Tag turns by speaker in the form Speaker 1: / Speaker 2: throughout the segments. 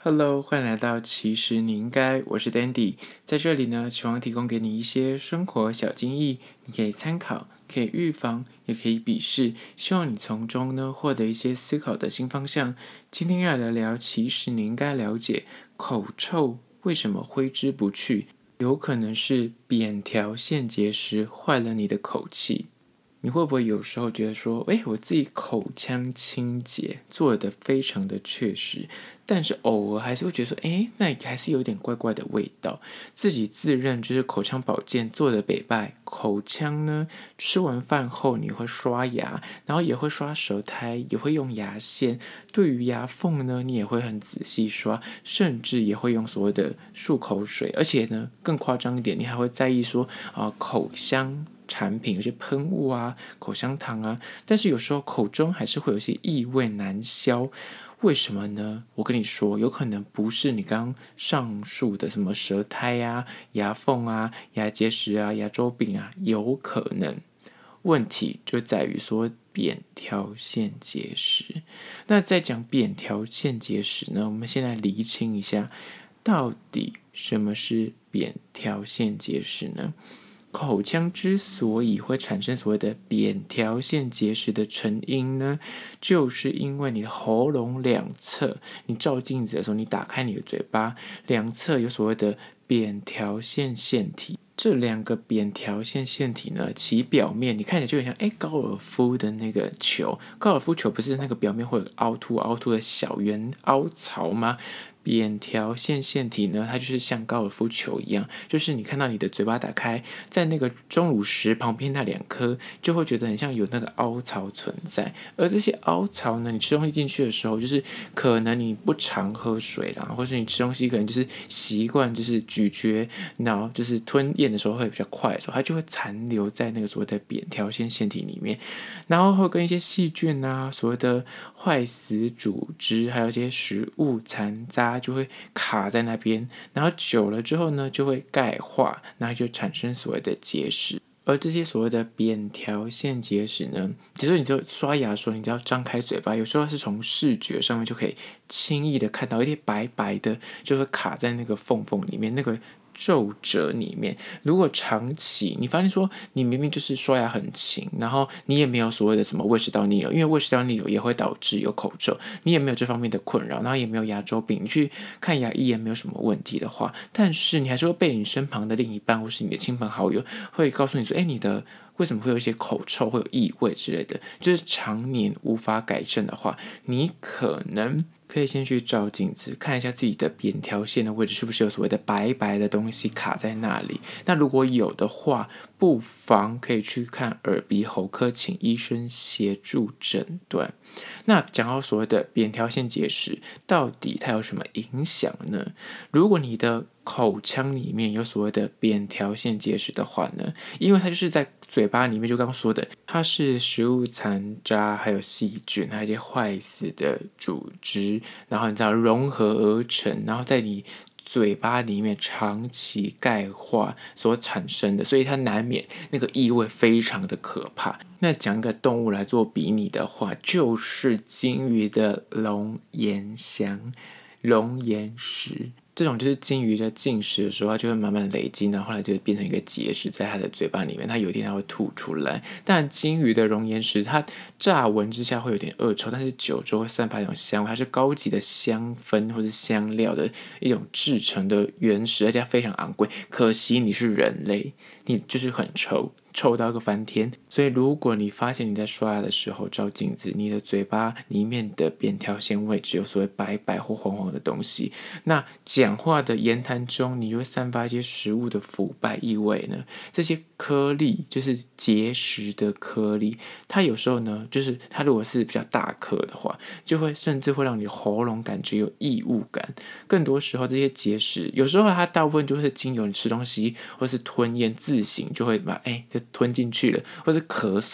Speaker 1: Hello，欢迎来到其实你应该，我是 Dandy，在这里呢，希望提供给你一些生活小建议，你可以参考，可以预防，也可以比视，希望你从中呢获得一些思考的新方向。今天要聊聊，其实你应该了解口臭为什么挥之不去，有可能是扁条腺结石坏了你的口气。你会不会有时候觉得说，我自己口腔清洁做得非常的确实，但是偶尔还是会觉得说，那还是有点怪怪的味道。自己自认就是口腔保健做的北拜，口腔呢吃完饭后你会刷牙，然后也会刷舌苔，也会用牙线。对于牙缝呢，你也会很仔细刷，甚至也会用所谓的漱口水，而且呢更夸张一点，你还会在意说口香产品有些喷雾啊、口香糖啊，但是有时候口中还是会有些异味难消。为什么呢？我跟你说，有可能不是你刚刚上述的什么舌苔啊、牙缝啊、牙结石啊、牙周病啊，有可能问题就在于说扁条腺结石。那在讲扁条腺结石呢，我们先来厘清一下，到底什么是扁条腺结石呢？口腔之所以会产生所谓的扁条腺结石的成因呢，就是因为你的喉咙两侧，你照镜子的时候，你打开你的嘴巴，两侧有所谓的扁条腺腺体。这两个扁条腺腺体呢，其表面你看起来就很像高尔夫的那个球，高尔夫球不是那个表面会有凹凸的小圆凹槽吗？扁条腺腺体呢，它就是像高尔夫球一样，就是你看到你的嘴巴打开，在那个钟乳石旁边那两颗，就会觉得很像有那个凹槽存在。而这些凹槽呢，你吃东西进去的时候，就是可能你不常喝水啦，或是你吃东西可能就是习惯就是咀嚼，然后就是吞咽的时候会比较快的时候，它就会残留在那个所谓的扁条腺腺体里面，然后会跟一些细菌啊、所谓的坏死组织，还有一些食物残渣就会卡在那边，然后久了之后呢，就会钙化，然后就产生所谓的结石。而这些所谓的扁条腺结石呢，其实你就刷牙的时候，你只要张开嘴巴，有时候是从视觉上面就可以轻易的看到一些白白的，就会卡在那个缝里面，那个皱褶里面。如果长期你发现说你明明就是刷牙很勤，然后你也没有所谓的什么胃食道逆流，因为胃食道逆流也会导致有口臭，你也没有这方面的困扰，然后也没有牙周病，你去看牙医也没有什么问题的话，但是你还是会被你身旁的另一半或是你的亲朋好友会告诉你说，你的为什么会有一些口臭，会有异味之类的，就是常年无法改正的话，你可能可以先去照镜子，看一下自己的扁条线的位置是不是有所谓的白白的东西卡在那里。那如果有的话，不妨可以去看耳鼻喉科，请医生协助诊断。那讲到所谓的扁条腺结石，到底它有什么影响呢？如果你的口腔里面有所谓的扁条腺结石的话呢，因为它就是在嘴巴里面，就刚刚说的，它是食物残渣，还有细菌，还有一些坏死的组织，然后你知道融合而成，然后在你嘴巴里面长期钙化所产生的，所以它难免那个异味非常的可怕。那讲一个动物来做比拟的话，就是金鱼的龙涎香、龙涎石。这种就是金鱼在进食的时候，它就会慢慢累积，然后后来就会变成一个结石在它的嘴巴里面，它有一天它会吐出来。但金鱼的龙涎石，它乍闻之下会有点恶臭，但是久之后会散发一种香味，它是高级的香氛或是香料的一种制成的原石，而且它非常昂贵。可惜你是人类，你就是很臭到个翻天。所以如果你发现你在刷牙的时候照镜子，你的嘴巴里面的扁条线位置有所谓白白或黄黄的东西，那讲话的言谈中你就会散发一些食物的腐败异味呢。这些颗粒就是结石的颗粒，它有时候呢，就是它如果是比较大颗的话，就会甚至会让你喉咙感觉有异物感。更多时候这些结石有时候它大部分就是经由你吃东西或是吞咽自行就会把就吞进去了，或是咳嗽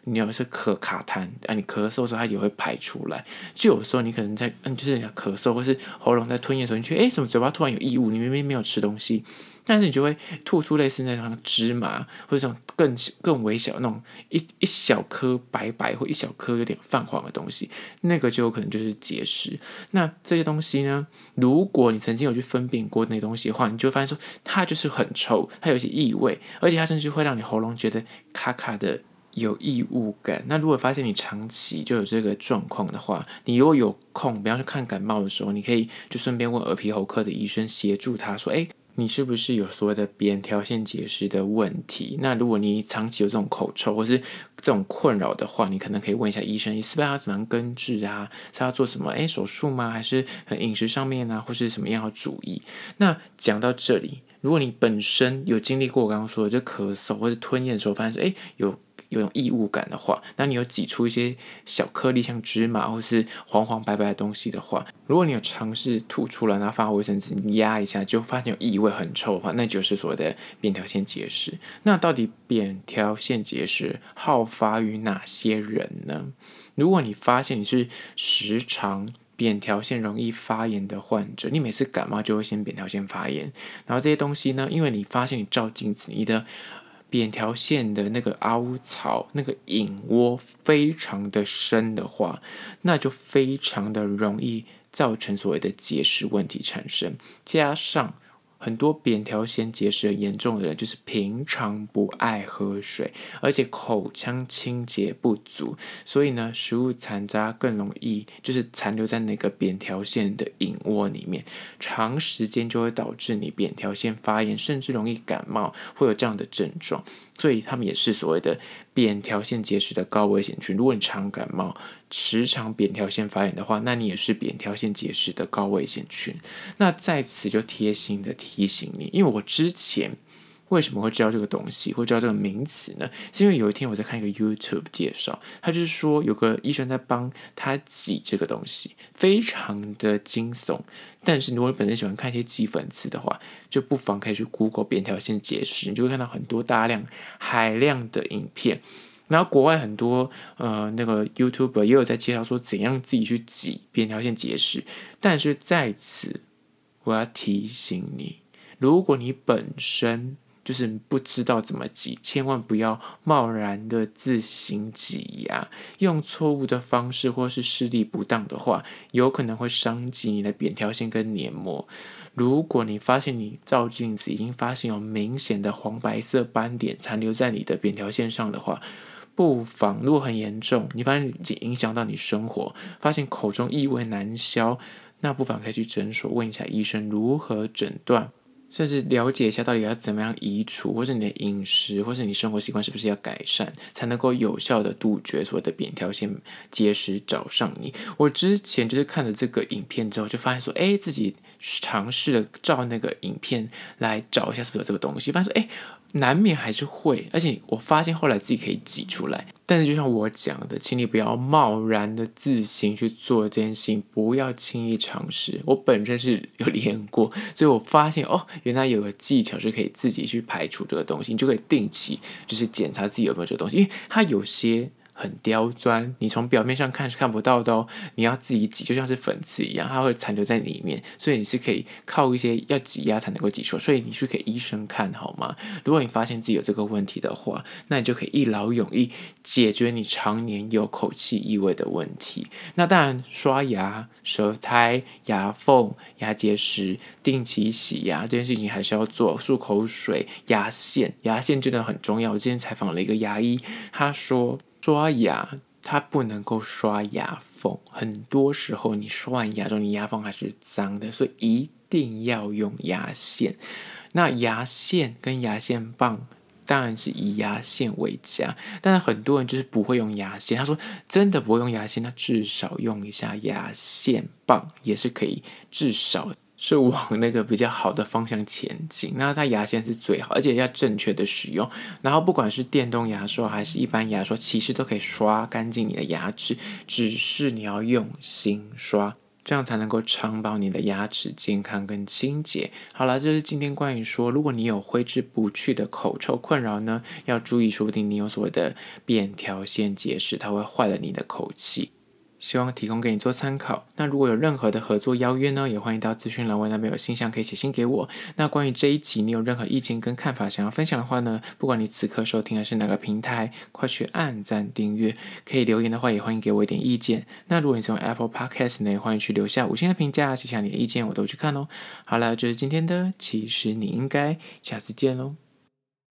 Speaker 1: 你有是卡痰啊，你咳嗽的时候它也会排出来。就有时候你可能在就是咳嗽或是喉咙在吞咽的时候，你觉得怎么嘴巴突然有异物，你明明没有吃东西，但是你就会吐出类似那种芝麻或者这种更微小的那种一小颗白白或一小颗有点泛黄的东西，那个就有可能就是结石。那这些东西呢，如果你曾经有去分辨过那些东西的话，你就会发现说它就是很臭，它有一些异味，而且它甚至会让你喉咙觉得卡卡的有异物感。那如果发现你长期就有这个状况的话，你如果有空，比方说看感冒的时候，你可以就顺便问耳鼻喉科的医生协助他说，你是不是有所谓的扁桃腺结石的问题？那如果你长期有这种口臭或是这种困扰的话，你可能可以问一下医生，你是不是要怎么样根治啊？是要做什么手术吗？还是饮食上面啊，或是什么样要注意？那讲到这里，如果你本身有经历过我刚刚说的，就咳嗽或者吞咽的时候，发现说有异物感的话，那你有挤出一些小颗粒，像芝麻或是黄黄白白的东西的话，如果你有尝试吐出来，然后放卫生纸压一下，就发现有异味很臭的话，那就是所谓的扁桃腺结石。那到底扁桃腺结石好发于哪些人呢？如果你发现你是时常扁桃腺容易发炎的患者，你每次感冒就会先扁桃腺发炎，然后这些东西呢，因为你发现你照镜子，你的扁桃腺的那个凹槽、那个隐窝非常的深的话，那就非常的容易造成所谓的结石问题产生。加上很多扁桃腺结石严重的人，就是平常不爱喝水，而且口腔清洁不足，所以呢，食物残渣更容易就是残留在那个扁桃腺的隐窝里面，长时间就会导致你扁桃腺发炎，甚至容易感冒，会有这样的症状。所以他们也是所谓的扁桃腺结石的高危险群。如果你常感冒、时常扁桃腺发炎的话，那你也是扁桃腺结石的高危险群。那在此就贴心的提醒你，因为我之前为什么会知道这个东西，会知道这个名词呢？是因为有一天我在看一个 YouTube 介绍，他就是说有个医生在帮他挤这个东西，非常的惊悚。但是如果你本身喜欢看一些挤粉刺的话，就不妨可以去 Google 扁桃腺结石，你就会看到很多大量海量的影片。然后国外很多那个 YouTuber 也有在介绍说怎样自己去挤扁桃腺结石，但是在此我要提醒你，如果你本身就是不知道怎么挤，千万不要贸然的自行挤压，用错误的方式或是视力不当的话，有可能会伤及你的扁桃腺跟黏膜。如果你发现你照镜子已经发现有明显的黄白色斑点残留在你的扁桃腺上的话，不妨如果很严重，你发现已经影响到你生活，发现口中异味难消，那不妨可以去诊所问一下医生如何诊断，甚至了解一下到底要怎么样移除，或是你的饮食，或是你生活习惯是不是要改善，才能够有效的杜绝所谓的扁桃腺结石找上你。我之前就是看了这个影片之后，就发现说，自己尝试了照那个影片来找一下是不是有这个东西，发现说，难免还是会，而且我发现后来自己可以挤出来。但是就像我讲的，请你不要贸然的自行去做这件事情，不要轻易尝试。我本身是有练过，所以我发现原来有个技巧是可以自己去排除这个东西，你就可以定期就是检查自己有没有这个东西，因为它有些很刁钻，你从表面上看是看不到的你要自己挤，就像是粉刺一样，它会残留在里面，所以你是可以靠一些要挤压才能够挤出，所以你去给医生看好吗？如果你发现自己有这个问题的话，那你就可以一劳永逸解决你常年有口气异味的问题。那当然，刷牙、舌苔、牙缝、牙结石、定期洗牙这件事情还是要做，漱口水、牙线真的很重要。我之前采访了一个牙医，他说刷牙它不能够刷牙缝，很多时候你刷完牙之后，你牙缝还是脏的，所以一定要用牙线。那牙线跟牙线棒当然是以牙线为佳，但是很多人就是不会用牙线，他说真的不会用牙线，那至少用一下牙线棒也是可以，至少是往那个比较好的方向前进。那它牙线是最好，而且要正确的使用。然后不管是电动牙刷还是一般牙刷，其实都可以刷干净你的牙齿，只是你要用心刷。 这样才能够长保你的牙齿健康跟清洁。好了，这是今天关于说，如果你有挥之不去的口臭困扰呢，要注意，说不定你有所谓的扁桃腺结石，它会坏了你的口气。希望提供给你做参考。那如果有任何的合作邀约呢，也欢迎到资讯栏位那边有信箱可以写信给我。那关于这一集你有任何意见跟看法想要分享的话呢，不管你此刻收听的是哪个平台，快去按赞订阅，可以留言的话也欢迎给我一点意见。那如果你是用 Apple Podcast 呢，也欢迎去留下5星的评价，写下你的意见，我都去看哦。好了，这是今天的，其实你应该，下次见喽。